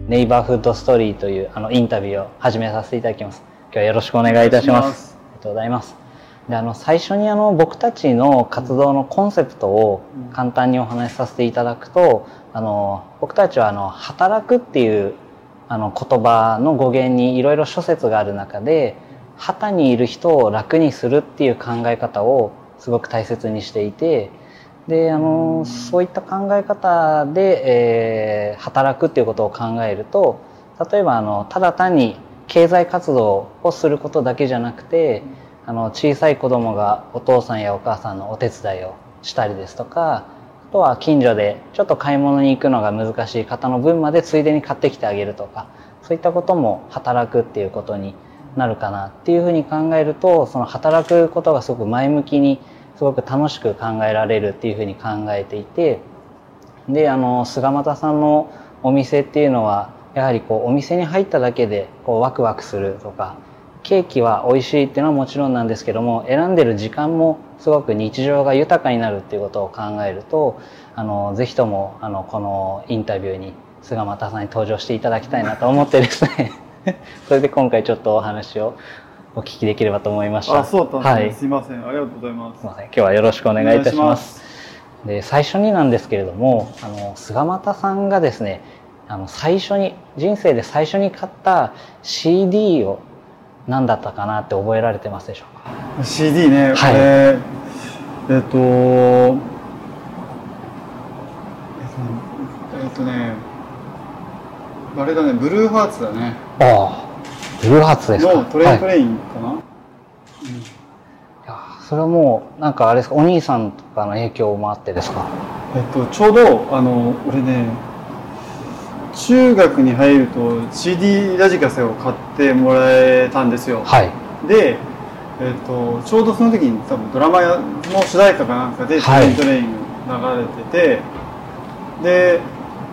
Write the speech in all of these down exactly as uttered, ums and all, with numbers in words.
ネイバーフッドストーリーというあのインタビューを始めさせていただきます。今日はよろしくお願いいたします。ありがとうございます。であの最初にあの僕たちの活動のコンセプトを簡単にお話しさせていただくと、あの僕たちはあの働くっていうあの言葉の語源にいろいろ諸説がある中で、旗にいる人を楽にするっていう考え方をすごく大切にしていて、であのそういった考え方で、えー、働くっていうことを考えると、例えばあのただ単に経済活動をすることだけじゃなくて、あの小さい子供がお父さんやお母さんのお手伝いをしたりですとか、あとは近所でちょっと買い物に行くのが難しい方の分までついでに買ってきてあげるとか、そういったことも働くっていうことになるかなっていうふうに考えると、その働くことがすごく前向きにすごく楽しく考えられるっていうふうに考えていて、であの菅又さんのお店っていうのはやはりこうお店に入っただけでこうワクワクするとか、ケーキは美味しいっていうのはもちろんなんですけども、選んでる時間もすごく日常が豊かになるっていうことを考えると、あのぜひともあのこのインタビューに菅又さんに登場していただきたいなと思ってですねそれで今回ちょっとお話をお聞きできればと思いました。 あ、そうだったんですね。はい、すいません、ありがとうございます。 すいません、今日はよろしくお願いいたします。で最初になんですけれども、あの菅又さんがですね、あの最初に人生で最初に買った シーディー を何だったかなって覚えられてますでしょうか？ シーディー ね、 はい、 えー、えっとえっとねあれだね、ブルーハーツだね。 ああ、ブルーハーツですか？ のトレイントレインかな、はい、うん、いやそれはもうなんかあれですか、お兄さんとかの影響もあってですか？ えっとちょうどあの俺ね、中学に入ると シーディー ラジカセを買ってもらえたんですよ。 はい、 で、えっとちょうどその時に多分ドラマの主題歌かなんかで「トレイントレイン」流れてて、で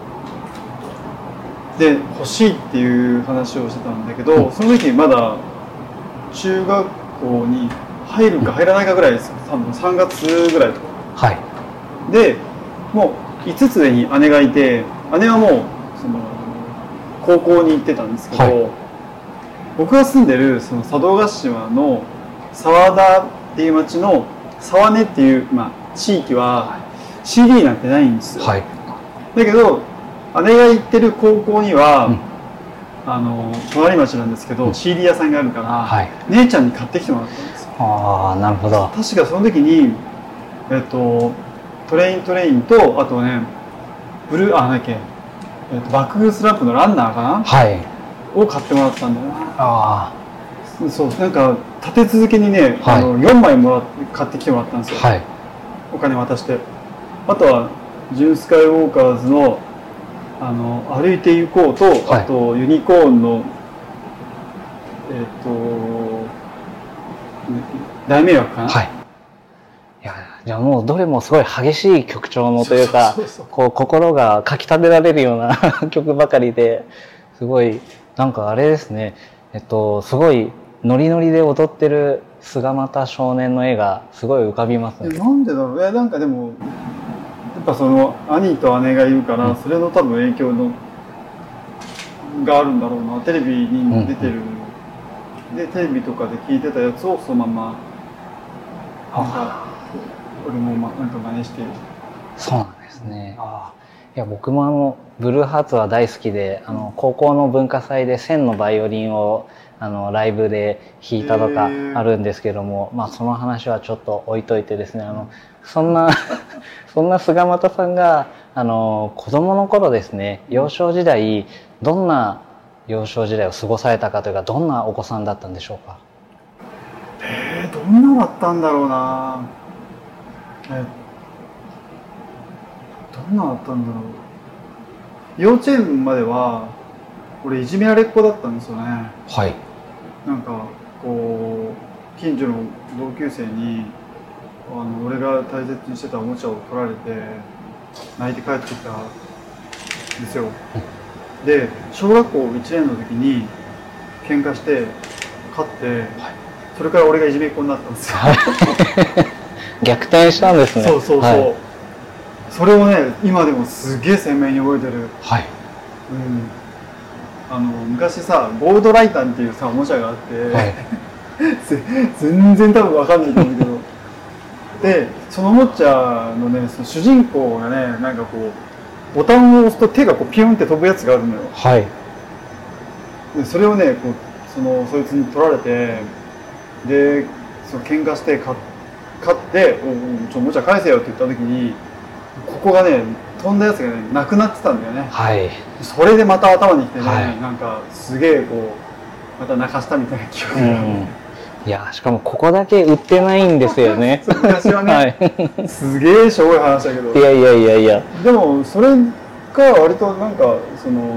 で欲しいっていう話をしてたんだけど、うん、その時まだ中学校に入るか入らないかぐらいです。多分さんがつぐらいとか。 はい、 でもういつつ上に姉がいて、姉はもうその高校に行ってたんですけど、はい、僕が住んでるその佐渡島の沢田っていう町の沢根っていう、まあ、地域は シーディー なんてないんですよ。はい、だけど姉が行ってる高校には、うん、あの隣町なんですけど、うん、シーディー 屋さんがあるから、はい、姉ちゃんに買ってきてもらったんですよ。 ああ、なるほど。 確かその時に、えっと、トレイントレインと、あとねブルー、あ、なんだっけ、えっと、バックスランプのランナーかな、はい、を買ってもらったんだよな。ああ、そう、なんか立て続けにね、はい、あのよんまいもらって買ってきてもらったんですよ。はい、お金渡して。あとはジュンスカイウォーカーズのあの歩いて行こうと、はい、あとユニコーンのえっ、ー、と大迷惑かな。はい、 いや、じゃあもうどれもすごい激しい曲調のというか、こう心がかきたてられるような曲ばかりで、すごいなんかあれですね、えっとすごいノリノリで踊ってる菅又少年の絵がすごい浮かびますね。 なんでだろう。いや、なんかでもやっぱその兄と姉がいるから、うん、それの多分影響のがあるんだろうな。テレビに出てる、うん、でテレビとかで聞いてたやつをそのままなんか俺もまなんか真似してる。 そうなんですね。ああ、いや僕もあのブルーハーツは大好きで、あの高校の文化祭で線のバイオリンをあのライブで弾いたとかあるんですけども、まあその話はちょっと置いといてですね、あのそんなそんな菅又さんがあの子供の頃ですね、幼少時代どんな幼少時代を過ごされたかというか、どんなお子さんだったんでしょうか？ えー、どんなだったんだろうな。えどんなだったんだろう。幼稚園までは俺いじめられっ子だったんですよね。はい。なんかこう近所の同級生にあの俺が大切にしてたおもちゃを取られて泣いて帰ってきたんですよ。で小学校いちねんの時に喧嘩して勝って、はい、それから俺がいじめっ子になったんですよ。 逆転したんですね。 そうそうそう、はい、それをね今でもすげえ鮮明に覚えてる。はい、 あの昔さゴールドライタンっていうさおもちゃがあって、はい、全然多分わかんないと思うけどでそのおもちゃのねその主人公がねなんかこうボタンを押すと手がこうピュンって飛ぶやつがあるのよ。はい、でそれをねこうそのそいつに取られてでその喧嘩して勝って「ちょおもちゃ返せよ」って言った時にここがね飛んだやつがねなくなってたんだよね。はい、それでまた頭にきてね、はい、なんかすげえこうまた泣かしたみたいな記憶が、うん、 いやしかもここだけ売ってないんですよね。 昔はね、はい、すげえしょぼい話だけどいやいやいやいやでもそれが割となんかその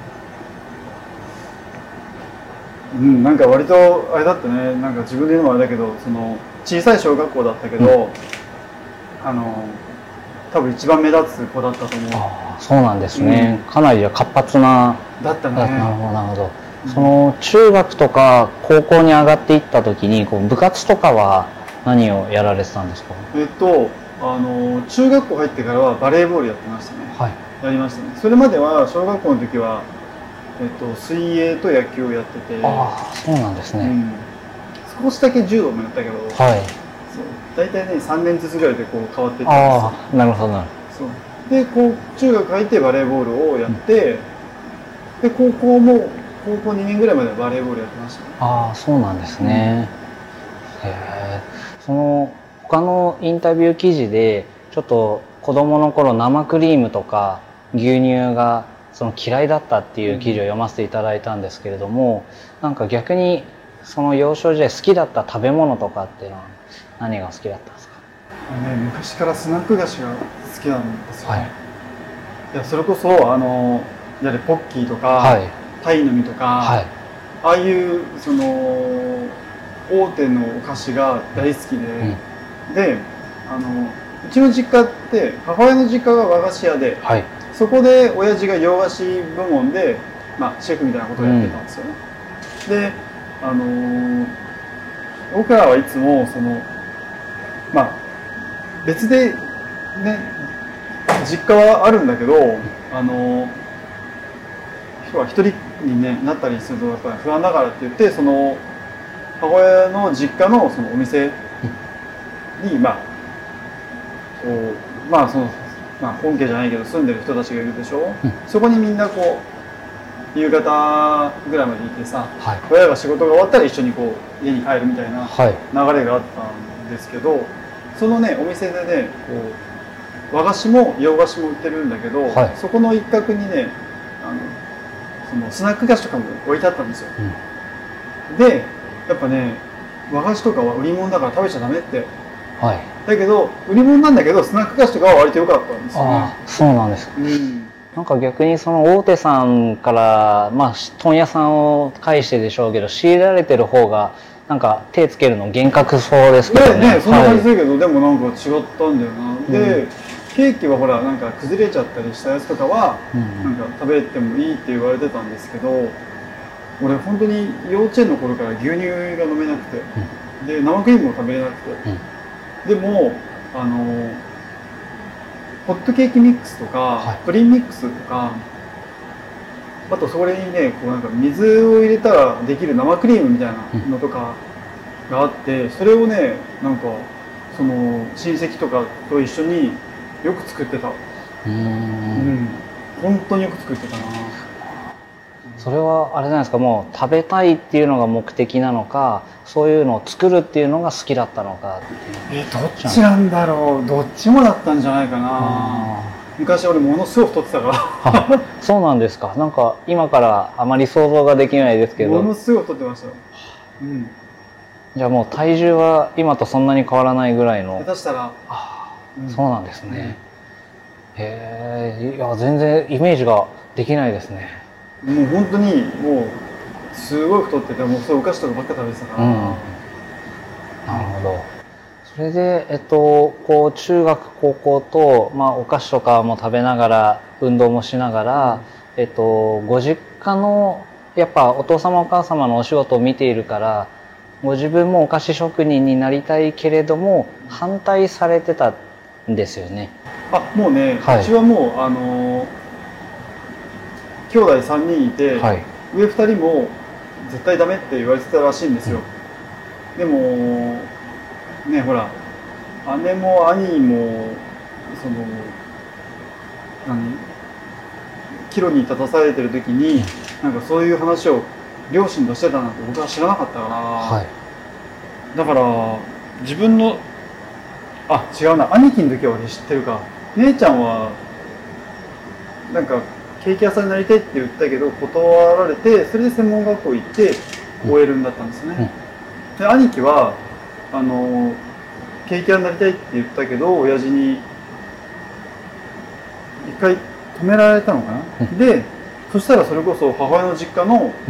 うんなんか割とあれだったねなんか自分で言うのもあれだけどその小さい小学校だったけど、うん、あの多分一番目立つ子だったと思う。 ああそうなんですね、うん、かなり活発なだったね。 なるほどなるほど、うん、その中学とか高校に上がっていった時にこう部活とかは何をやられてたんですか？ えっとあの中学校入ってからはバレーボールやってましたね。はい、やりましたね。それまでは小学校の時は、えっと、水泳と野球をやってて。 ああそうなんですね、うん、 少しだけ柔道もやったけど、はい、そう大体ねさんねんずつぐらいでこう変わっていったんですよ。 ああなるほどなるほど。そうでこう中学入ってバレーボールをやって、うん、で高校も高校にねんぐらいまでバレーボールやってましたね。 ああそうなんですね、うん、へえ。その他のインタビュー記事でちょっと子供の頃生クリームとか牛乳がその嫌いだったっていう記事を読ませていただいたんですけれども、うん、なんか逆にその幼少時代好きだった食べ物とかっていうのは何が好きだったんですか？ ね、昔からスナック菓子が好きなんですよ、はい、いやそれこそあのやはりポッキーとか、はい、タイの実とか、はい、ああいうその大手のお菓子が大好きで、うん、であのうちの実家って母親の実家が和菓子屋で、はい、そこで親父が洋菓子部門で、まあ、シェフみたいなことをやってたんですよね、うん、であの僕らはいつもそのまあ別でね実家はあるんだけどあの人は一人に、ね、なったりするとやっぱり不安だからって言ってその母親の実家のそのお店にまあこうまあその、まあ、本家じゃないけど住んでる人たちがいるでしょ、うん、そこにみんなこう夕方ぐらいまでいてさ、はい、親が仕事が終わったら一緒にこう家に帰るみたいな流れがあったんですけど、はい、そのねお店でねこう和菓子も洋菓子も売ってるんだけど、はい、そこの一角にねあのそのスナック菓子とかも置いてあったんですよ、うん、でやっぱね和菓子とかは売り物だから食べちゃダメって、はい、だけど売り物なんだけどスナック菓子とかは割と良かったんですよね。ああそうなんですか、うん、なんか逆にその大手さんからまあ問屋さんを介してでしょうけど仕入れられてる方がなんか手つけるの厳格そうですけどね。 ねねそんな感じするけど、はい、でもなんか違ったんだよな、うん、でケーキはほらなんか崩れちゃったりしたやつとかは、うん、なんか食べてもいいって言われてたんですけど俺本当に幼稚園の頃から牛乳が飲めなくて、うん、で生クリームも食べれなくて、うん、でもあのホットケーキミックスとか、はい、プリンミックスとかあとそれにねこうなんか水を入れたらできる生クリームみたいなのとかがあって、うん、それをねなんかその親戚とかと一緒によく作ってた。うん、うん、本当によく作ってたな。 それはあれじゃないですかもう食べたいっていうのが目的なのかそういうのを作るっていうのが好きだったのかっていう。 えどっちなんだろうどっちもだったんじゃないかな。昔俺ものすごく太ってたからそうなんですか。なんか今からあまり想像ができないですけどものすごく太ってましたよ、うん、 じゃあもう体重は今とそんなに変わらないぐらいの下手したらあ、うん、そうなんですね、うん、へえいや全然イメージができないですね。 もう本当にもうすごい太っててもうそういうお菓子とかばっか食べてたから、うん、なるほど。それで、えっと、こう中学高校と、まあ、お菓子とかも食べながら運動もしながら、うん、えっと、ご実家のやっぱお父様お母様のお仕事を見ているからご自分もお菓子職人になりたいけれども反対されてたんですよね。 あもうね、はい、うちはもうあの兄弟さんにんいて、はい、 上ふたりも絶対ダメって言われてたらしいんですよ。でもね、ほら姉も兄もその何岐路に立たされてる時になんかそういう話を両親としてたなんて僕は知らなかったから、はい、だから自分のあ違うな兄貴の時は俺知ってるか。姉ちゃんはなんかケーキ屋さんになりたいって言ったけど断られて、それで専門学校行って オーエル になったんですよね、うん、で兄貴はあのケーキ屋になりたいって言ったけど親父に一回止められたのかな、うん、でそしたらそれこそ母親の実家の、うん、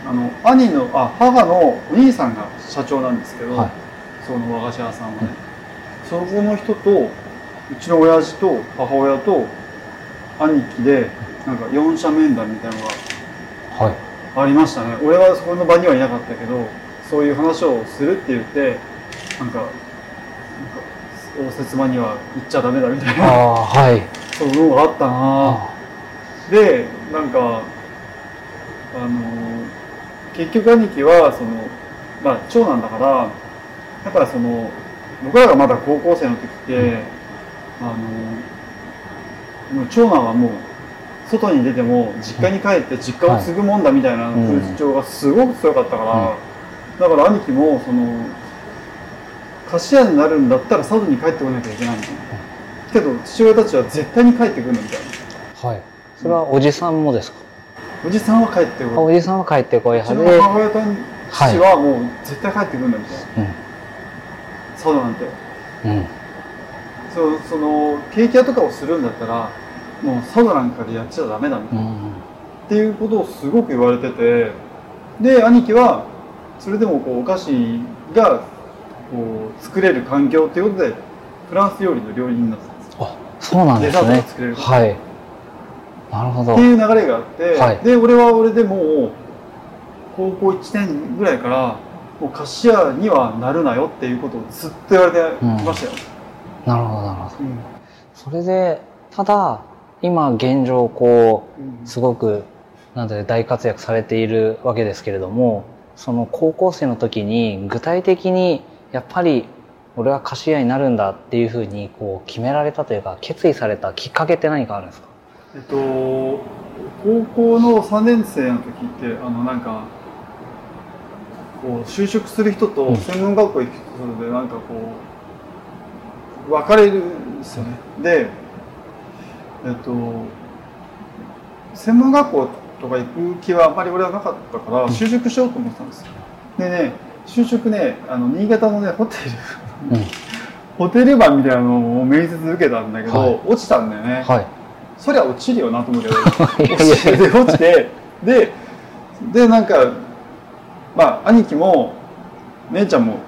あの兄のあ母のお兄さんが社長なんですけど、はい、その和菓子屋さんはね、うん、そこの人とうちの親父と母親と兄貴でなんか四者面談みたいなのがありましたね、はい、俺はそこの場にはいなかったけどそういう話をするって言ってなんか応接間には行っちゃダメだみたいなあ、はい、そういうのがあったな。でなんかあの結局兄貴はその、まあ、長男だからだからその僕らがまだ高校生の時って、うん、あのもう長男はもう外に出ても実家に帰って実家を継ぐもんだみたいな風潮がすごく強かったから、だから兄貴もその菓子屋になるんだったら佐渡に帰ってこなきゃいけないみたいな、けど父親たちは絶対に帰ってくるんだみたいな。はい。それはおじさんもですか？おじさんは帰ってこい。おじさんは帰ってこい派で、うちの母親と父はもう絶対帰ってくるんだみたいな、うん、佐渡なんて、うん、そうそのケーキ屋とかをするんだったらもう佐渡なんかでやっちゃダメだみたいな、うん、っていうことをすごく言われてて、で兄貴はそれでもこうお菓子がこう作れる環境ということでフランス料理の料理人になったんです。あ、そうなんですね。デザートが作れる。はい。なるほど。っていう流れがあって、はい、で俺は俺でもう高校いちねんぐらいからもう菓子屋にはなるなよっていうことをずっと言われてきましたよ。うん、なるほどなるほど。うん、それでただ今現状こうすごくなんで大活躍されているわけですけれども、その高校生の時に具体的にやっぱり俺は菓子屋になるんだっていうふうにこう決められたというか決意されたきっかけって何かあるんですか？えっと高校のさんねん生の時ってあのなんかこう就職する人と専門学校行く人でなんかこう分かれるんですよね。で、えっと専門学校とか行く気はあまり俺はなかったから就職しようと思ってたんですよ。でね、就職ね、あの新潟のねホテル、うん、ホテルマンみたいなのを面接受けたんだけど、はい、落ちたんだよね。はい、そりゃ落ちるよなと思うけど落ちてで落ちてででなんかまあ兄貴も姉ちゃんも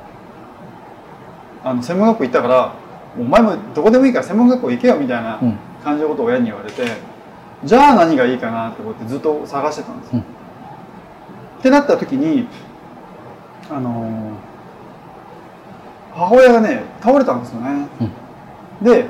あの専門学校行ったからお前もどこでもいいから専門学校行けよみたいな感じのことを親に言われて、うん、じゃあ何がいいかなってことでずっと探してたんですよ。うん、ってなった時にあのー、母親がね倒れたんですよね。うん、で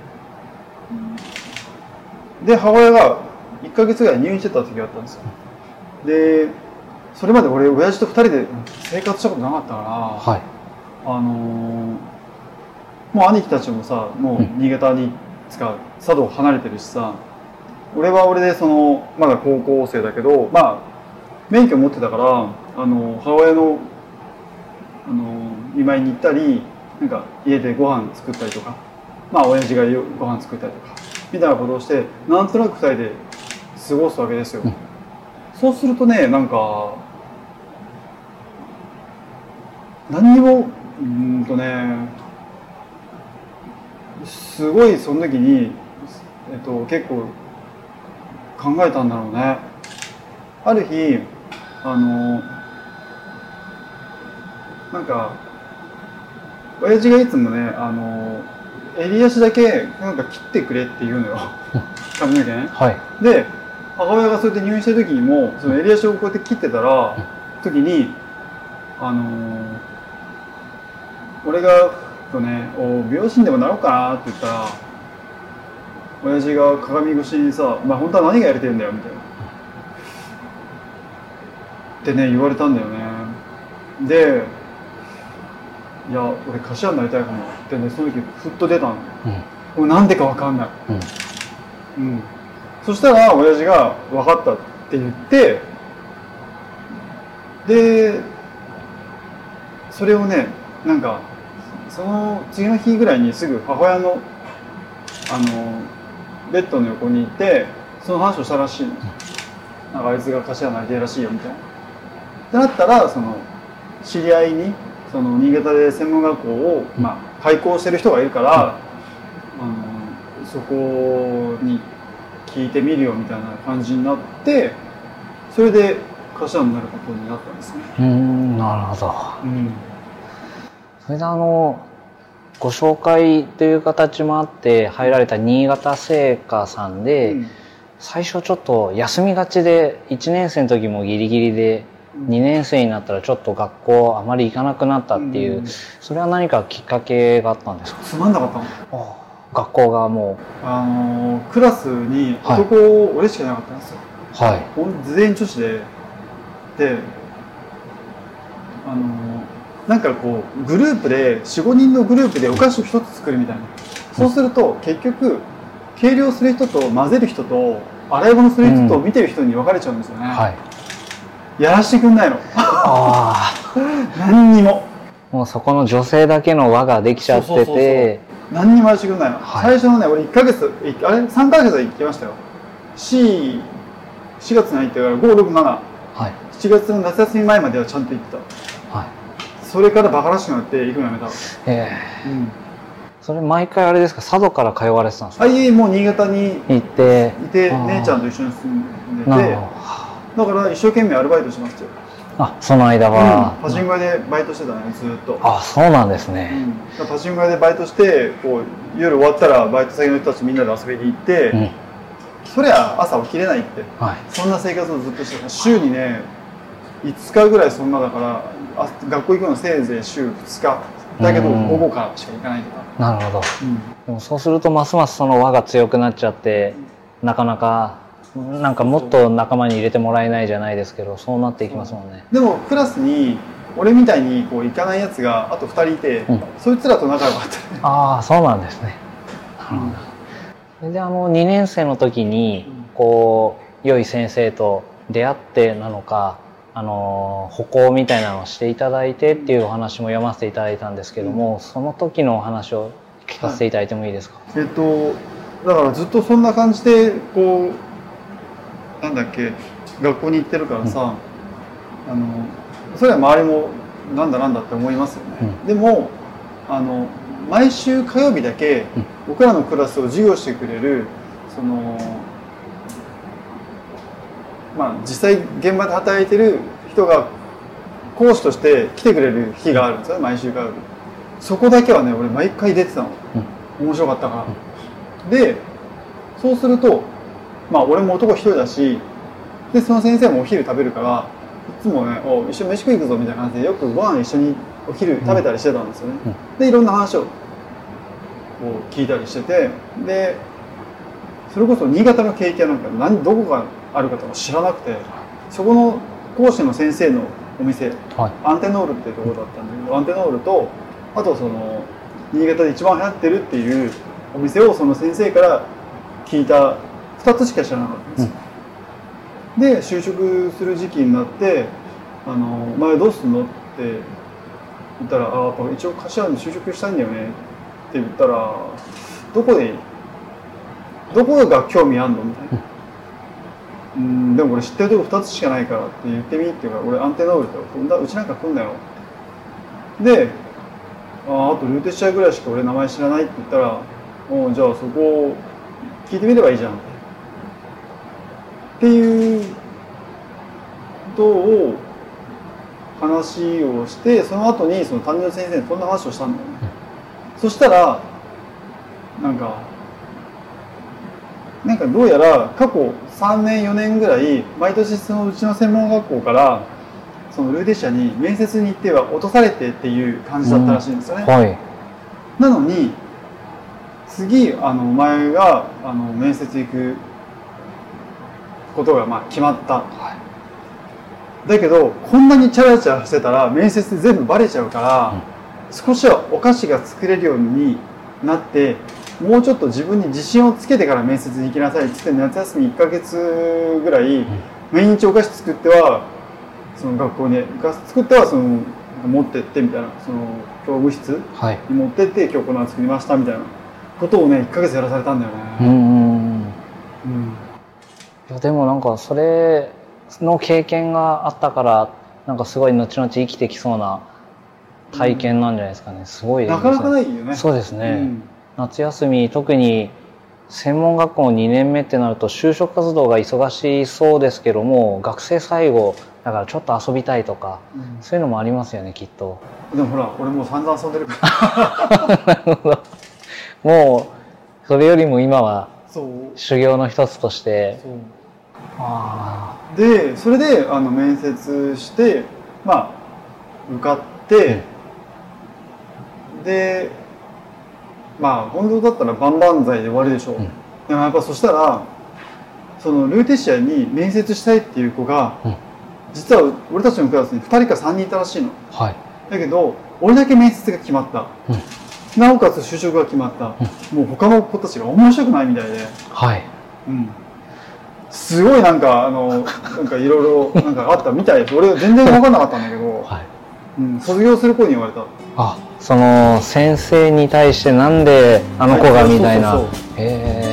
で母親がいっかげつぐらい入院してた時があったんですよ。でそれまで俺親父とふたりで生活したことなかったから、はい、あのー、もう兄貴たちもさもう新潟に使う佐渡を離れてるしさ、俺は俺でそのまだ高校生だけどまあ免許持ってたからあの母親のあの見舞いに行ったりなんか家でご飯作ったりとかまあ親父がご飯作ったりとかみたいなことをしてなんとなくふたりで過ごすわけですよ。うん、そうするとねなんか何にもうんとねすごいその時に、えっと、結構考えたんだろうね。ある日あのなんか親父がいつもねあの襟足だけなんか切ってくれって言うのよ髪の毛ね。はい、で母親がそうやって入院してる時にもその襟足をこうやって切ってたら、うん、時にあの俺がとねお美容師にでもなろうかなって言ったら親父が鏡越しにさ「お前本当は何がやりてんだよ」みたいなってね言われたんだよね。で、いや俺菓子屋になりたいかもってね、その時ふっと出たの。うん、なんでかわかんない。うん、うん、そしたら親父が分かったって言って、でそれをね、なんかその次の日ぐらいにすぐ母親のあのベッドの横にいてその話をしたらしいの。なんかあいつが菓子屋になりたいらしいよみたいな。ってなったら、その知り合いにその新潟で専門学校を、まあ、開校してる人がいるから、うん、あのそこに聞いてみるよみたいな感じになって、それで菓子屋になることになったんですね。 うん、なるほど。うん、それであのご紹介という形もあって入られた新潟製菓さんで、うん、最初ちょっと休みがちでいちねん生の時もギリギリで、にねん生になったらちょっと学校あまり行かなくなったっていう、うん、それは何かきっかけがあったんですか？ つまんなかったの。学校がもうあのクラスに男、はい、俺しかいなかったんですよ。はい。全員女子で、であのなんかこうグループで よん、ごにんのグループでお菓子を一つ作るみたいな。そうすると結局計量する人と混ぜる人と洗い物する人と見てる人に分かれちゃうんですよね。うん、はい。やらしてくんないの。あ何にも。 もうそこの女性だけの輪ができちゃってて、 何にもやらしてくんないの。はい、最初のね、俺いっかげつ、あれさんかげつは行きましたよ。し、しがつに入ってからご、ろく、しち、はい、しちがつの夏休み前まではちゃんと行ってた。はい。それからバカらしくなって行くのやめた。ええー。うん。それ毎回あれですか、佐渡から通われてたんですか？ あ、いえ、もう新潟に行っていて、姉ちゃんと一緒に住んでて、だから一生懸命アルバイトしましたよ。 あ、その間は、 うん、パチンコ屋でバイトしてたね、ずっと。 あ、そうなんですね。 うん、パチンコ屋でバイトしてこう夜終わったらバイト先の人たちみんなで遊びに行って、うん、そりゃ朝起きれないって、はい、そんな生活をずっとしてた。週にねいつかぐらいそんなだから、あ学校行くのせいぜい週ふつかだけど午後からしか行かないとか。 なるほど、うん、でもそうするとますますその輪が強くなっちゃって、うん、なかなかなんかもっと仲間に入れてもらえないじゃないですけど、そうなっていきますもんね。 でもクラスに俺みたいにこう行かないやつがあとふたりいて、うん、そいつらと仲良かったね。 ああ、そうなんですね。うん、それであのにねん生の時にこう良い先生と出会ってなのか、あの歩行みたいなのをしていただいてっていうお話も読ませていただいたんですけども、うん、その時のお話を聞かせていただいてもいいですか？ はい、えっとだからずっとそんな感じでこうなんだっけ学校に行ってるからさ、うん、あのそれは周りもなんだなんだって思いますよね。うん、でもあの毎週火曜日だけ僕らのクラスを授業してくれるそのまあ実際現場で働いてる人が講師として来てくれる日があるんですよ、毎週火曜日。そこだけはね俺毎回出てたの、うん、面白かったから、うん、でそうするとまあ俺も男一人だし、でその先生もお昼食べるからいつもねお一緒に飯食い行くぞみたいな感じでよくご飯一緒にお昼食べたりしてたんですよね。うん、でいろんな話をこう聞いたりしてて、でそれこそ新潟のケーキ屋なんか何どこがあるかとか知らなくて、そこの講師の先生のお店、はい、アンテノールっていうところだったんだけど、アンテノールとあとその新潟で一番流行ってるっていうお店をその先生から聞いたふたつしか知らなかったんですよ。うん、で就職する時期になって「あのお前どうすんの?」って言ったら「あやっぱ一応菓子屋に就職したいんだよね」って言ったら「どこでどこが興味あんの?」みたいな。うん、でも俺知ってるとこふたつしかないからって言ってみって言うから、俺アンテナウルとうちなんか来んなよで、あ, あとルーテシアぐらいしか俺名前知らないって言ったら、おじゃあそこを聞いてみればいいじゃんっていうことを話をして、その後にその担任の先生にこんな話をしたんだよね。そしたらなんかなんかどうやら過去さんねんよねんぐらい毎年そのうちの専門学校からそのルーテシアに面接に行っては落とされてっていう感じだったらしいんですよね。うんはい、なのに次あのお前があの面接行くことがまあ決まった。はい、 だけどこんなにチャラチャラしてたら面接で全部バレちゃうから、うん、少しはお菓子が作れるようになってもうちょっと自分に自信をつけてから面接に行きなさいって言って夏休みいっかげつぐらい、うん、毎日お菓子作ってはその学校に作ってはその持ってってみたいなその教務室に持ってって、はい、今日この作りましたみたいなことをねいっかげつやらされたんだよね。うんうん、 うん、いやでもなんかそれの経験があったからなんかすごい後々生きてきそうな体験なんじゃないですかね。すごいですね。 なかなかないよね。 そうですね、うん、夏休み特に専門学校にねんめってなると就職活動が忙しそうですけども学生最後だからちょっと遊びたいとか、うん、そういうのもありますよねきっと。 でもほら俺もう散々遊んでるからなるほど。 もうそれよりも今は修行の一つとして。そうあでそれであの面接してまあ受かって、うん、でまあ本当だったら万々歳で終わりでしょう、うん、でもやっぱそしたらそのルーテシアに面接したいっていう子が、うん、実は俺たちのクラスにふたりかさんにんいたらしいの、はい、だけど俺だけ面接が決まった、うん、なおかつ就職が決まった、うん、もう他の子たちが面白くないみたいで、はいうん、すごいなんかあのなんかいろいろなんかあったみたいです。俺全然分かんなかったんだけど、はいうん、卒業する子に言われた。 あ、その先生に対してなんであの子がみたいな。へえ。